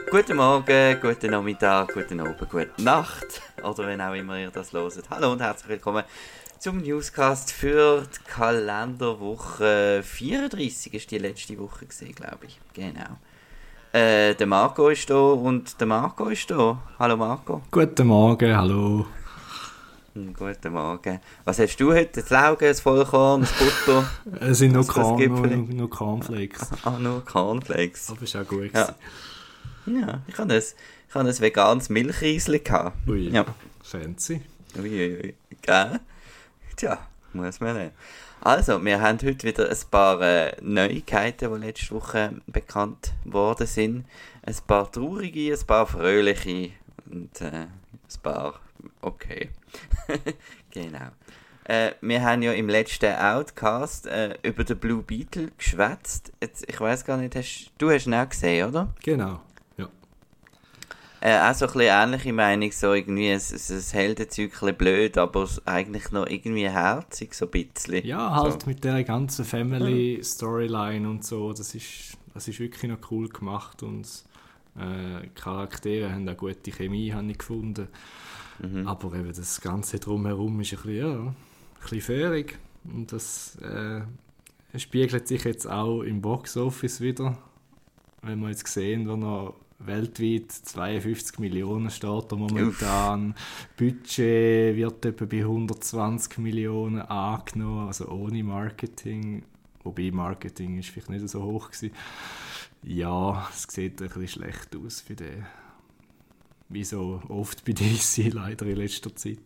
Guten Morgen, guten Nachmittag, guten Abend, gute Nacht oder wenn auch immer ihr das hört. Hallo und herzlich willkommen zum Newscast für die Kalenderwoche 34. Ist die letzte Woche gewesen, glaube ich. Genau. Der Marco ist da und der Marco ist da. Hallo Marco. Guten Morgen, hallo. Guten Morgen. Was hast du heute? Das Laugen, das Vollkorn, das Butter? Es sind nur Cornflakes. Nur Cornflakes. Aber ist auch gut. Ja, ich habe ein veganes Milchreisli gehabt. Ui, ja. Fancy. Ui. Gell? Tja, muss man nehmen. Also, wir haben heute wieder ein paar Neuigkeiten, die letzte Woche bekannt worden sind. Ein paar traurige, ein paar fröhliche und ein paar okay. Genau. Wir haben ja im letzten Outcast über den Blue Beetle geschwätzt. Ich weiss gar nicht, du hast ihn auch gesehen, oder? Genau, ja. Auch so ein bisschen ähnliche Meinung, so irgendwie ein Heldenzeug, ein bisschen blöd, aber eigentlich noch irgendwie herzig, so ein bisschen. Ja, halt so. Mit der ganzen Family-Storyline und so, das ist wirklich noch cool gemacht und die Charaktere haben auch gute Chemie, habe ich gefunden. Mhm. Aber eben das Ganze drumherum ist ein bisschen fährig und das spiegelt sich jetzt auch im Boxoffice wieder, wenn wir jetzt sehen, wo noch weltweit 52 Millionen steht momentan. Budget wird etwa bei 120 Millionen angenommen, also ohne Marketing, wobei Marketing ist vielleicht nicht so hoch gewesen. Ja, es sieht ein bisschen schlecht aus für den. Wie so oft bei DC leider in letzter Zeit.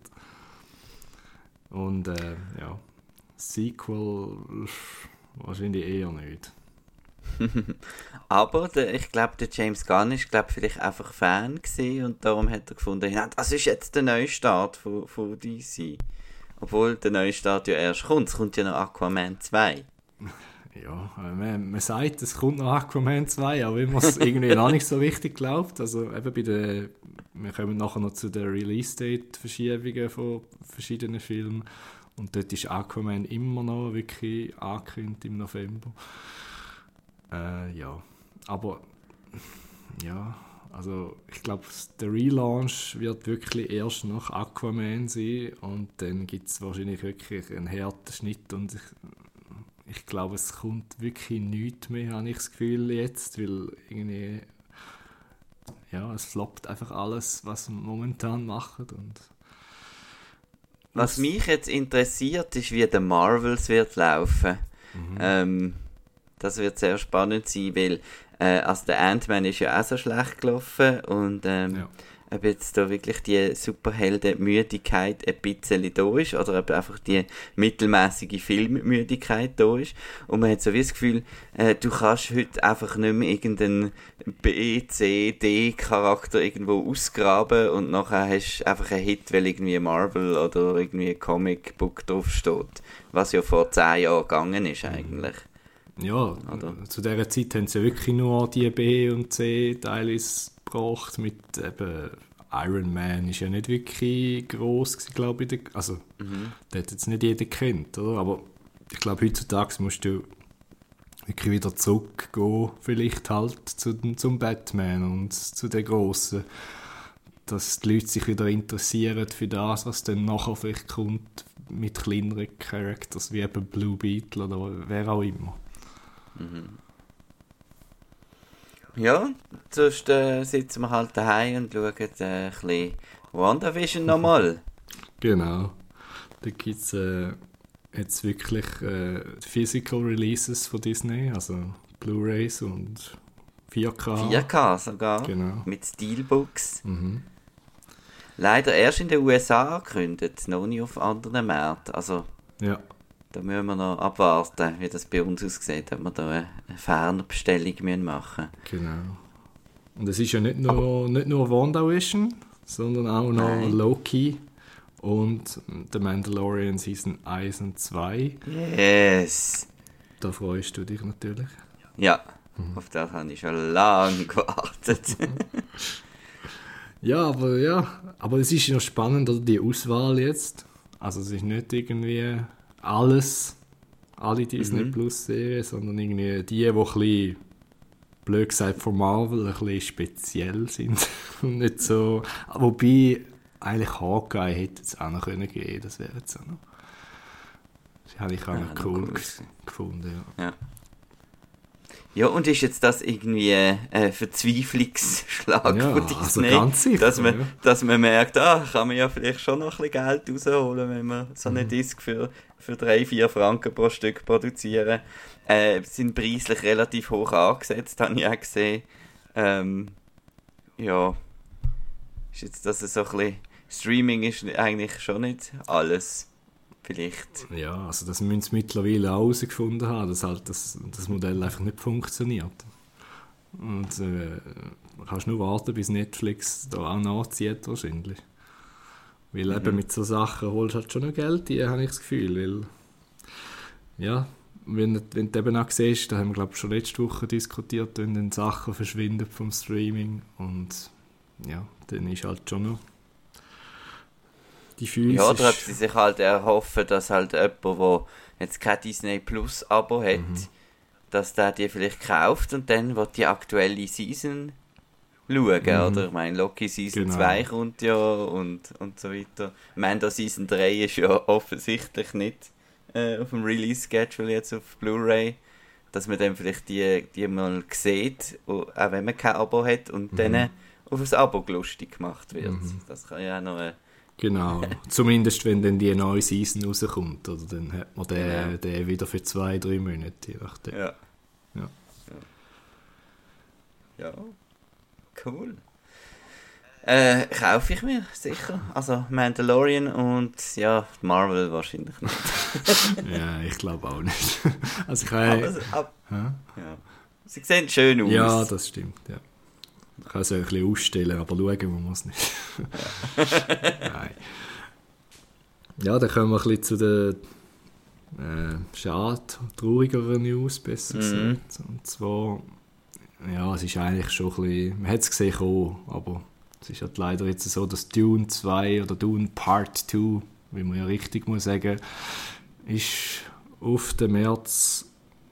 Und Sequel wahrscheinlich eher nicht. Aber ich glaube, der James Gunn ist vielleicht einfach Fan gewesen und darum hat er gefunden, ja, das ist jetzt der Neustart von DC. Obwohl der Neustart ja erst kommt. Es kommt ja noch Aquaman 2. Ja, man sagt, es kommt noch Aquaman 2, aber wenn man es irgendwie noch nicht so richtig glaubt. Also eben wir kommen nachher noch zu den Release-Date-Verschiebungen von verschiedenen Filmen und dort ist Aquaman immer noch wirklich angekündigt im November. Aber ja, also ich glaube, der Relaunch wird wirklich erst nach Aquaman sein und dann gibt es wahrscheinlich wirklich einen harten Schnitt und ich glaube, es kommt wirklich nichts mehr, habe ich das Gefühl jetzt, weil irgendwie es floppt einfach alles, was wir momentan machen. Und was mich jetzt interessiert, ist, wie der Marvels wird laufen. Mhm. Das wird sehr spannend sein, weil also der Ant-Man ist ja auch so schlecht gelaufen und ob jetzt da wirklich die Superhelden-Müdigkeit ein bisschen da ist oder ob einfach die mittelmäßige Filmmüdigkeit da ist. Und man hat so wie das Gefühl, du kannst heute einfach nicht mehr irgendeinen B, C, D-Charakter irgendwo ausgraben und nachher hast du einfach einen Hit, weil irgendwie Marvel oder irgendwie ein Comic-Book draufsteht. Was ja vor 10 Jahren gegangen ist eigentlich. Ja, oder? Zu dieser Zeit haben sie wirklich nur die B- und C-Teile gebracht mit eben Iron Man ist ja nicht wirklich gross gewesen, glaube ich. Also, der hat jetzt nicht jeder kennt, oder? Aber ich glaube, heutzutage musst du wirklich wieder zurückgehen, vielleicht halt zum Batman und zu den Grossen. Dass die Leute sich wieder interessieren für das, was dann nachher vielleicht kommt mit kleineren Charakters wie eben Blue Beetle oder wer auch immer. Mhm. Ja, sonst sitzen wir halt daheim und schauen ein bisschen WandaVision nochmal. Genau. Da gibt es jetzt wirklich Physical Releases von Disney, also Blu-rays und 4K. 4K sogar, genau. Mit Steelbooks. Mhm. Leider erst in den USA angekündigt, noch nicht auf anderen Märkten. Also, ja. Da müssen wir noch abwarten, wie das bei uns aussieht, ob wir da eine Fernbestellung machen müssen. Genau. Und es ist ja nicht nur WandaVision, sondern auch noch Loki und The Mandalorian Season 1 und 2. Yes! Da freust du dich natürlich. Ja, auf das habe ich schon lange gewartet. aber es ist noch spannend, oder, die Auswahl jetzt. Also es ist nicht irgendwie alle Disney Plus Serien, sondern irgendwie die ein bisschen blöd gesagt von Marvel ein bisschen speziell sind und nicht so, wobei eigentlich Hawkeye hätte es auch noch geben können, das wäre jetzt auch noch, das habe ich auch noch cool gefunden, ja. Ja, und ist jetzt das irgendwie ein Verzweiflungsschlag von Disney? Also ganz sicher, dass man merkt, kann man ja vielleicht schon noch ein bisschen Geld rausholen, wenn man so einen Disc für 3-4 Franken pro Stück produzieren. Sind preislich relativ hoch angesetzt, habe ich auch gesehen. Ja, ist jetzt das so ein bisschen... Streaming ist eigentlich schon nicht alles... Vielleicht. Ja, also das müssen sie mittlerweile auch herausgefunden haben, dass halt das Modell einfach nicht funktioniert. Und kannst nur warten, bis Netflix da auch nachzieht wahrscheinlich. Weil eben mit so Sachen holst du halt schon noch Geld ein, habe ich das Gefühl. Weil, ja, wenn du eben auch siehst, da haben wir glaube ich schon letzte Woche diskutiert, wenn dann Sachen verschwinden vom Streaming. Und ja, dann ist halt schon noch... Ja, oder ob sie sich halt erhoffen, dass halt jemand, der jetzt kein Disney Plus Abo hat, dass der die vielleicht kauft und dann will die aktuelle Season schauen, oder? Ich meine, Loki Season 2 kommt ja und so weiter. Mando Season 3 ist ja offensichtlich nicht auf dem Release-Schedule jetzt auf Blu-ray, dass man dann vielleicht die mal sieht, auch wenn man kein Abo hat und dann auf das Abo lustig gemacht wird. Das kann ja auch noch genau, zumindest wenn dann die neue Season rauskommt, oder dann hat man den wieder für 2-3 Monate, je nachdem. Ja, cool. Kaufe ich mir sicher. Also Mandalorian und ja, Marvel wahrscheinlich nicht. Ja, ich glaube auch nicht. Also Sie sehen schön aus. Ja, das stimmt, ja. Ich kann es ein bisschen ausstellen, aber schauen muss nicht. Nein. Ja, dann kommen wir ein bisschen zu den traurigeren News, besser gesagt. Und zwar, ja, es ist eigentlich schon ein bisschen, man hat es gesehen kommen, aber es ist halt leider jetzt so, dass Dune 2 oder Dune Part 2, wie man ja richtig muss sagen, ist auf den März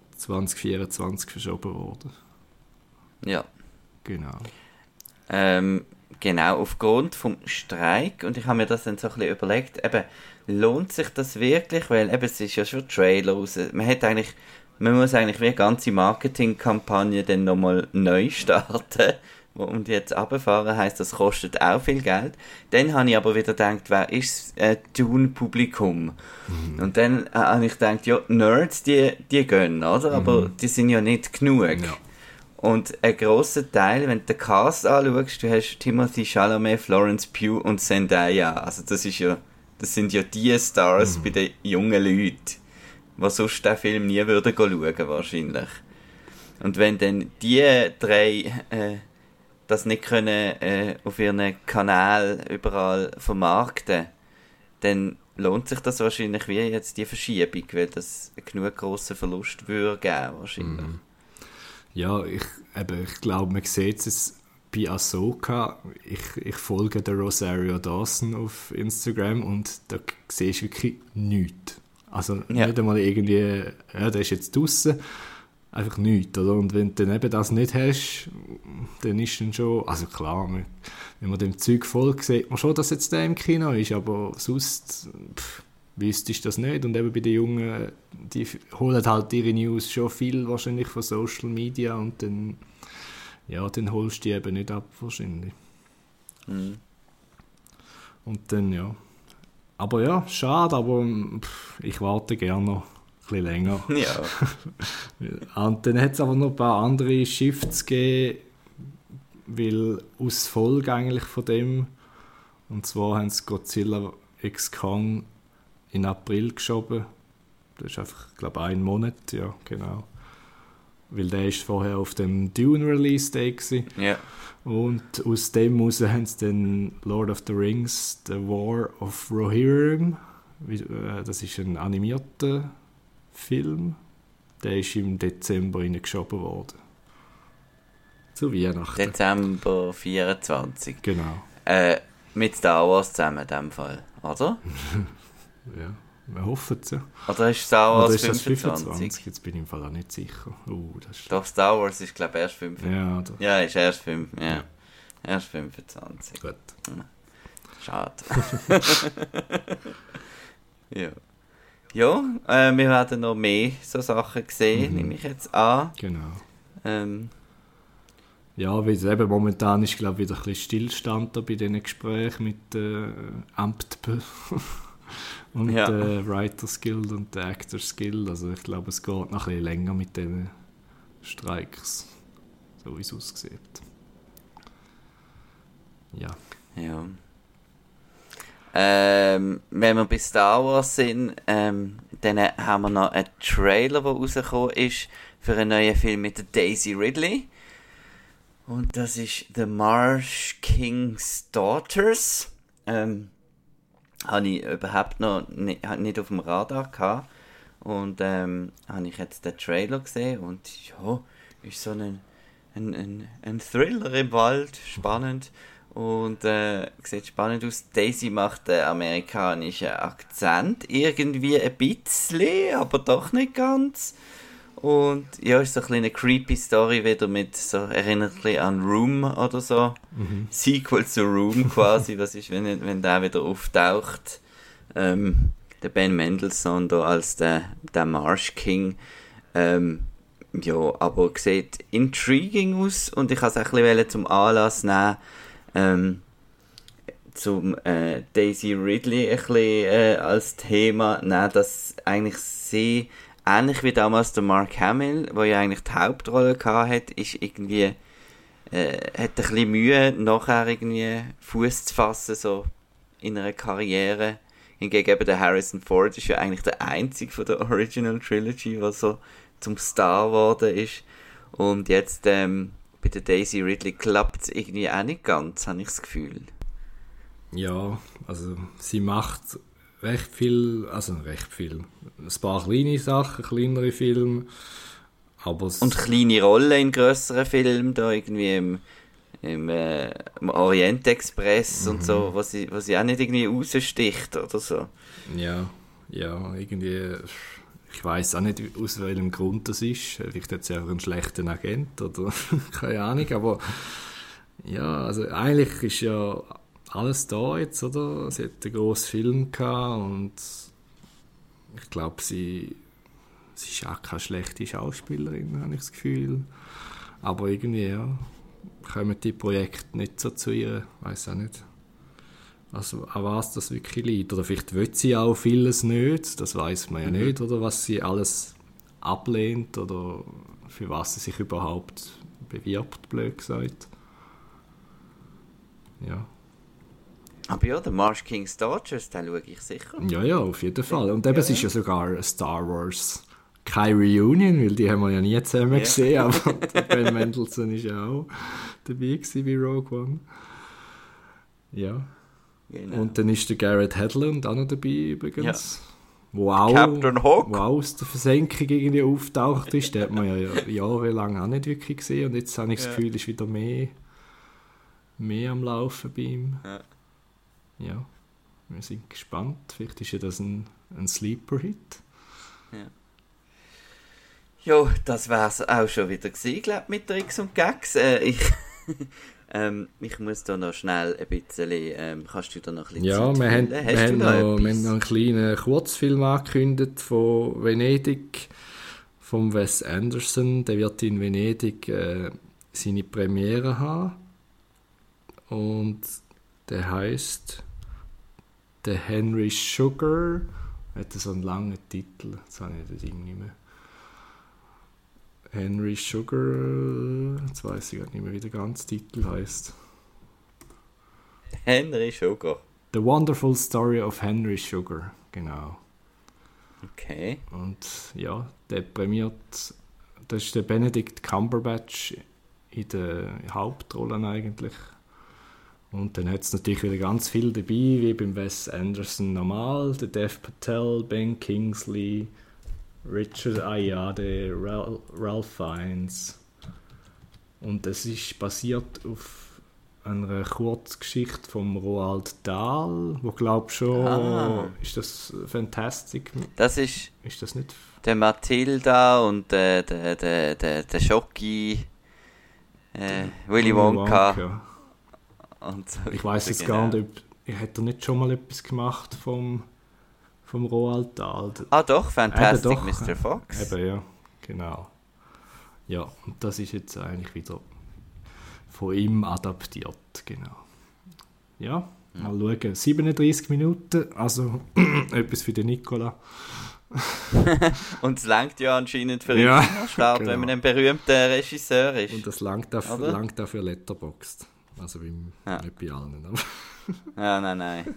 2024 verschoben worden. Ja. Genau. Genau, aufgrund vom Streik. Und ich habe mir das dann so ein bisschen überlegt, eben, lohnt sich das wirklich? Weil eben, es ist ja schon Trailer raus. Man muss eigentlich wie eine ganze Marketingkampagne dann nochmal neu starten. Und jetzt runterfahren heisst, das kostet auch viel Geld. Dann habe ich aber wieder gedacht, wer ist das Dune-Publikum? Und dann habe ich gedacht, ja, Nerds, die gehen, oder? Aber die sind ja nicht genug. Ja. Und ein grosser Teil, wenn du den Cast anschaust, du hast Timothée Chalamet, Florence Pugh und Zendaya. Also das sind ja die Stars bei den jungen Leuten, die sonst den Film nie würden schauen wahrscheinlich. Und wenn dann die drei das nicht können auf ihren Kanal überall vermarkten, dann lohnt sich das wahrscheinlich wie jetzt die Verschiebung, weil das einen genug grossen Verlust würde geben wahrscheinlich. Ja, ich glaube, man sieht es bei Ahsoka. Ich folge der Rosario Dawson auf Instagram und da siehst du wirklich nichts. Also nicht einmal irgendwie, der ist jetzt draussen, einfach nichts, oder? Und wenn du dann eben das nicht hast, dann ist dann schon, also klar, wenn man dem Zeug folgt, sieht man schon, dass jetzt der im Kino ist, aber sonst wüsstest du das nicht. Und eben bei den Jungen, die holen halt ihre News schon viel wahrscheinlich von Social Media und dann holst du die eben nicht ab wahrscheinlich. Und dann, ja. Aber ja, schade, aber ich warte gerne noch ein bisschen länger. Ja. Und dann hat es aber noch ein paar andere Shifts gegeben, weil aus Folge eigentlich von dem, und zwar haben sie Godzilla x Kong in April geschoben. Das ist einfach, ich glaube, 1 Monat, ja, genau. Weil der ist vorher auf dem Dune-Release-Day gewesen. Ja. Und aus dem heraus haben sie dann Lord of the Rings, The War of Rohirrim. Das ist ein animierter Film. Der ist im Dezember geschoben worden. Zu Weihnachten. Dezember 24. Genau. Mit Star Wars zusammen in dem Fall, oder? Ja. Wir hoffen es, ja. Oder ist Star Wars Oder ist das 25? Jetzt bin ich im Fall auch nicht sicher. Das ist Doch, Star Wars ist, glaube ich, erst 25. ja, oder? Ja, ist erst 5. Ja. Erst 25. Gut. Schade. Ja. Ja, wir werden noch mehr so Sachen sehen, nehme ich jetzt an. Genau. Ja, weil eben momentan ist, glaube ich, wieder ein bisschen Stillstand da bei diesen Gesprächen mit Amtb und der Writers Guild und der Actors Guild. Also ich glaube, es geht noch ein bisschen länger mit diesen Streiks, so wie es aussieht. Ja. Ja. Wenn wir bei Star Wars sind, dann haben wir noch einen Trailer, der rausgekommen ist für einen neuen Film mit der Daisy Ridley. Und das ist The Marsh King's Daughters. Habe ich überhaupt noch nicht auf dem Radar gehabt. Und habe ich jetzt den Trailer gesehen und ja, ist so ein Thriller im Wald, spannend. Und sieht spannend aus. Daisy macht den amerikanischen Akzent irgendwie ein bisschen, aber doch nicht ganz. Und ja, ist so eine creepy Story wieder mit so, erinnert ein bisschen an Room oder so. Sequel zu Room quasi. Was ist, wenn der wieder auftaucht? Der Ben Mendelsohn da als der Marsh King. Ja, aber sieht intriguing aus und ich wollte es ein bisschen zum Anlass nehmen, zum Daisy Ridley ein bisschen als Thema nehmen, dass eigentlich sie ähnlich wie damals der Mark Hamill, der ja eigentlich die Hauptrolle hatte, ist irgendwie hat ein bisschen Mühe, nachher irgendwie Fuß zu fassen, so in einer Karriere. Hingegen eben der Harrison Ford ist ja eigentlich der einzige von der Original Trilogy, der so zum Star geworden ist. Und jetzt bei der Daisy Ridley klappt es irgendwie auch nicht ganz, habe ich das Gefühl. Ja, also sie macht recht viel, ein paar kleine Sachen, kleinere Filme, aber und kleine Rollen in grösseren Filmen, da irgendwie im Orient Express und so, was sie auch nicht irgendwie raussticht oder so. Ja, irgendwie, ich weiss auch nicht, aus welchem Grund das ist, vielleicht hat sie auch einen schlechten Agent oder keine Ahnung, aber ja, also eigentlich ist ja alles da jetzt, oder? Sie hat einen grossen Film gehabt und ich glaube, sie ist auch keine schlechte Schauspielerin, habe ich das Gefühl. Aber irgendwie, ja, kommen die Projekte nicht so zu ihr, weiss auch nicht. Also an was das wirklich liegt. Oder vielleicht will sie auch vieles nicht, das weiss man ja nicht, oder was sie alles ablehnt oder für was sie sich überhaupt bewirbt, blöd gesagt. Ja. Aber ja, der Marsh King's Daughters, den schaue ich sicher. Ja, auf jeden Fall. Und eben, es ist ja sogar ein Star Wars, keine Reunion, weil die haben wir ja nie zusammen gesehen, aber Ben Mendelsohn ist ja auch dabei gewesen bei Rogue One. Ja. Genau. Und dann ist der Garrett Hedlund auch noch dabei übrigens. Wow, Captain Hook. Wow, aus der Versenkung irgendwie auftaucht ist. Den hat man ja jahrelang auch nicht wirklich gesehen und jetzt habe ich das Gefühl, ist wieder mehr am Laufen bei ihm. Ja, wir sind gespannt. Vielleicht ist ja das ein Sleeper-Hit. Ja, das wäre es auch schon wieder gewesen, glaube ich, mit Tricks und Gags. Ich muss da noch schnell ein bisschen, kannst du da noch ein bisschen Zeit finden? Wir haben noch einen kleinen Kurzfilm angekündigt von Venedig, von Wes Anderson. Der wird in Venedig seine Premiere haben. Und der heisst The Henry Sugar. Hat so einen langen Titel. Jetzt habe ich das Ding nicht mehr. Henry Sugar. Jetzt weiss ich nicht mehr, wie der ganze Titel heisst. Henry Sugar. The Wonderful Story of Henry Sugar. Genau. Okay. Und ja, der prämiert. Das ist der Benedict Cumberbatch in der Hauptrolle eigentlich. Und dann hat es natürlich wieder ganz viel dabei, wie beim Wes Anderson normal. Der Dev Patel, Ben Kingsley, Richard Ayoade, Ralph Fiennes. Und es ist basiert auf einer Kurzgeschichte vom Roald Dahl, wo glaube schon, ist das Fantastic? Das ist das nicht? Der Matilda und der Schocki, Willy Wonka. Und so ich weiss jetzt gar nicht, hat er nicht schon mal etwas gemacht vom Roald Dahl? Ah doch, Fantastic doch, Mr. Fox. Eben, ja, genau. Ja, und das ist jetzt eigentlich wieder von ihm adaptiert, genau. Ja, mal schauen. 37 Minuten, also etwas für den Nicola. Und es langt ja anscheinend für ihn Start, genau. Wenn man ein berühmter Regisseur ist. Und das langt auch für Letterboxd. Also nicht bei allen. Aber Nein.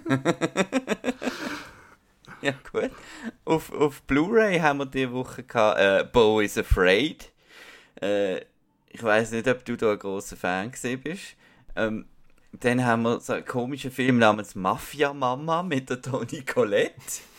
Ja, gut. Auf Blu-ray haben wir diese Woche gehabt, Beau is Afraid. Ich weiss nicht, ob du da ein grosser Fan gewesen bist. Dann haben wir so einen komischen Film namens Mafia Mama mit der Toni Collette.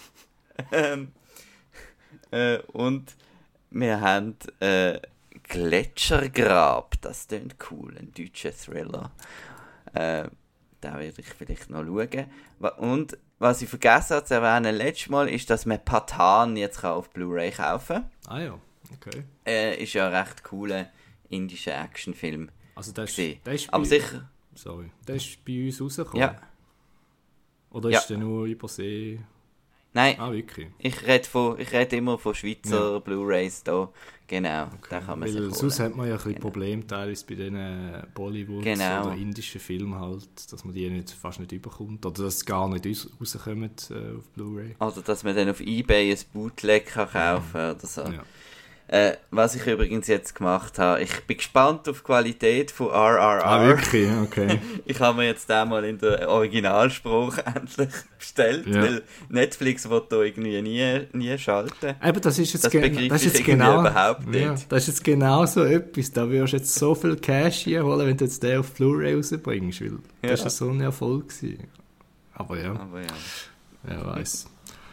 Und wir haben Gletschergrab, das klingt cool, ein deutscher Thriller. Da werde ich vielleicht noch schauen. Und was ich vergessen habe zu erwähnen letztes Mal, ist, dass man Patan jetzt auf Blu-ray kaufen kann. Ah ja, okay. Ist ja ein recht cooler indischer Actionfilm. Also das ist aber sicher. Sorry, der ist bei uns rausgekommen? Ja. Oder ist der nur übersee? Nein, wirklich? Ich rede immer von Schweizer Blu-rays da. Genau, okay. Da kann man sich holen. Sonst hat man ja ein bisschen Probleme teilweise bei diesen Bollywood- oder indischen Filmen halt, dass man die fast nicht überkommt oder dass sie gar nicht rauskommen auf Blu-ray. Oder dass man dann auf eBay ein Bootleg kann kaufen oder so. Ja. Was ich übrigens jetzt gemacht habe, ich bin gespannt auf die Qualität von RRR. Ah, wirklich? Okay. Ich habe mir jetzt den mal in der Originalsprache endlich bestellt, weil Netflix will da irgendwie nie schalten. Aber das ist jetzt genau überhaupt nicht. Ja, das ist jetzt genau so etwas. Da wirst du jetzt so viel Cash holen, wenn du jetzt den auf Blu-ray rausbringst, weil das war so ein Erfolg gewesen. Aber ja. Wer weiß.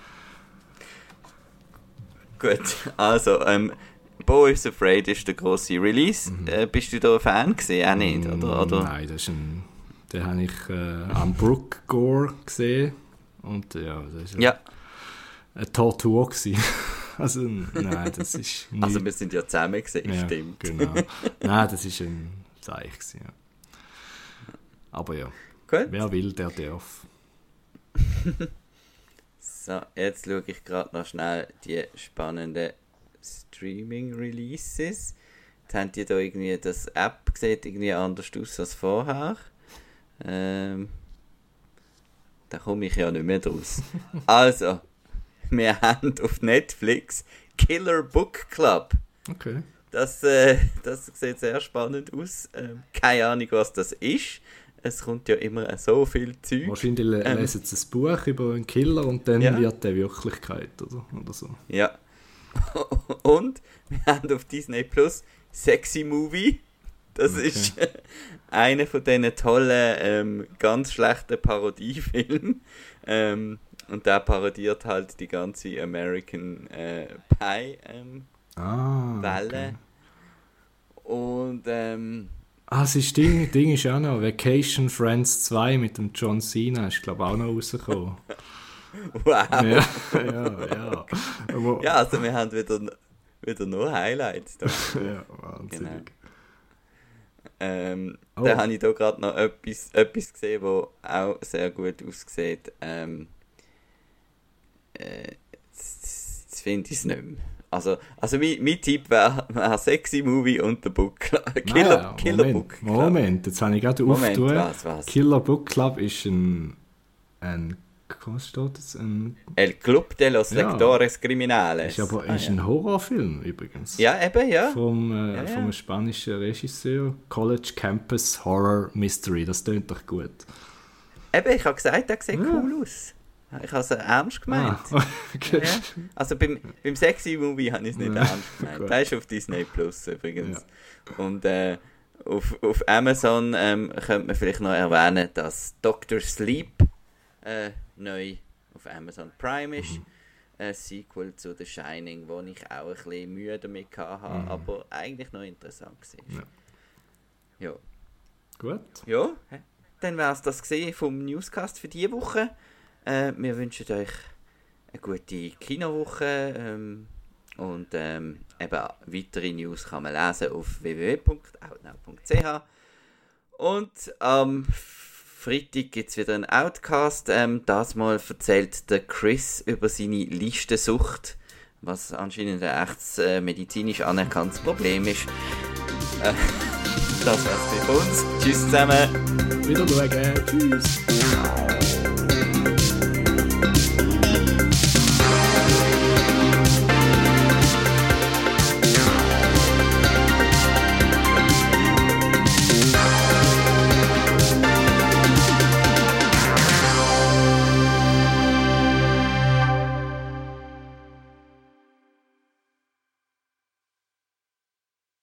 Gut, also, Beau is Afraid ist der grosse Release. Bist du da ein Fan gewesen? Auch nicht, oder? Nein, den habe ich am Brook Gore gesehen. Und ja, das war eine Tortur gewesen. Also, nein, das ist nicht... Also, wir sind ja zusammen gesehen, stimmt. Genau. Nein, das war ein Zeichen gewesen, ja. Aber ja, gut. Wer will, der darf. So, jetzt schaue ich gerade noch schnell die spannenden Streaming-Releases. Jetzt haben die da irgendwie, das App sieht irgendwie anders aus als vorher. Da komme ich ja nicht mehr draus. Also, wir haben auf Netflix Killer Book Club. Okay. Das sieht sehr spannend aus. Keine Ahnung, was das ist. Es kommt ja immer so viel Zeug. Wahrscheinlich lesen sie ein Buch über einen Killer und dann wird der Wirklichkeit oder so. Ja. Und wir haben auf Disney Plus Sexy Movie. Das ist einer von diesen tollen, ganz schlechten Parodiefilmen. Und der parodiert halt die ganze American Pie Welle. Okay. Und das ist Ding ist auch noch Vacation Friends 2 mit dem John Cena, ist glaube auch noch rausgekommen. Wow! Ja. Ja, also wir haben wieder nur Highlights da. Ja, wahnsinnig. Genau. Da habe ich da gerade noch etwas gesehen, das auch sehr gut aussieht. Jetzt finde ich es nicht mehr. Also mein Tipp wäre Sexy Movie und der Book Club. Killer Book Club. Moment, jetzt habe ich gerade aufgetan. Was? Killer Book Club ist ein was steht das? El Club de los Lectores Criminales. Ist ein Horrorfilm übrigens. Ja, eben, ja. Vom einem spanischen Regisseur. College Campus Horror Mystery. Das klingt doch gut. Eben, ich habe gesagt, der sieht cool aus. Ich habe es ernst gemeint. Okay. Ja. Also beim Sexy Movie habe ich es nicht ernst gemeint. Der ist auf Disney Plus übrigens. Ja. Und auf Amazon könnte man vielleicht noch erwähnen, dass Dr. Sleep neu auf Amazon Prime ist. Ein Sequel zu The Shining, wo ich auch ein bisschen Mühe damit hatte, aber eigentlich noch interessant war. Ja. Gut. Ja, dann wäre es das gesehen vom Newscast für diese Woche. Wir wünschen euch eine gute Kinowoche und eben weitere News kann man lesen auf www.outnow.ch. Und am Freitag gibt es wieder einen Outcast. Das Mal erzählt der Chris über seine Listensucht, was anscheinend ein echtes medizinisch anerkanntes Problem ist. Das war's für uns. Tschüss zusammen. Wieder schauen. Tschüss.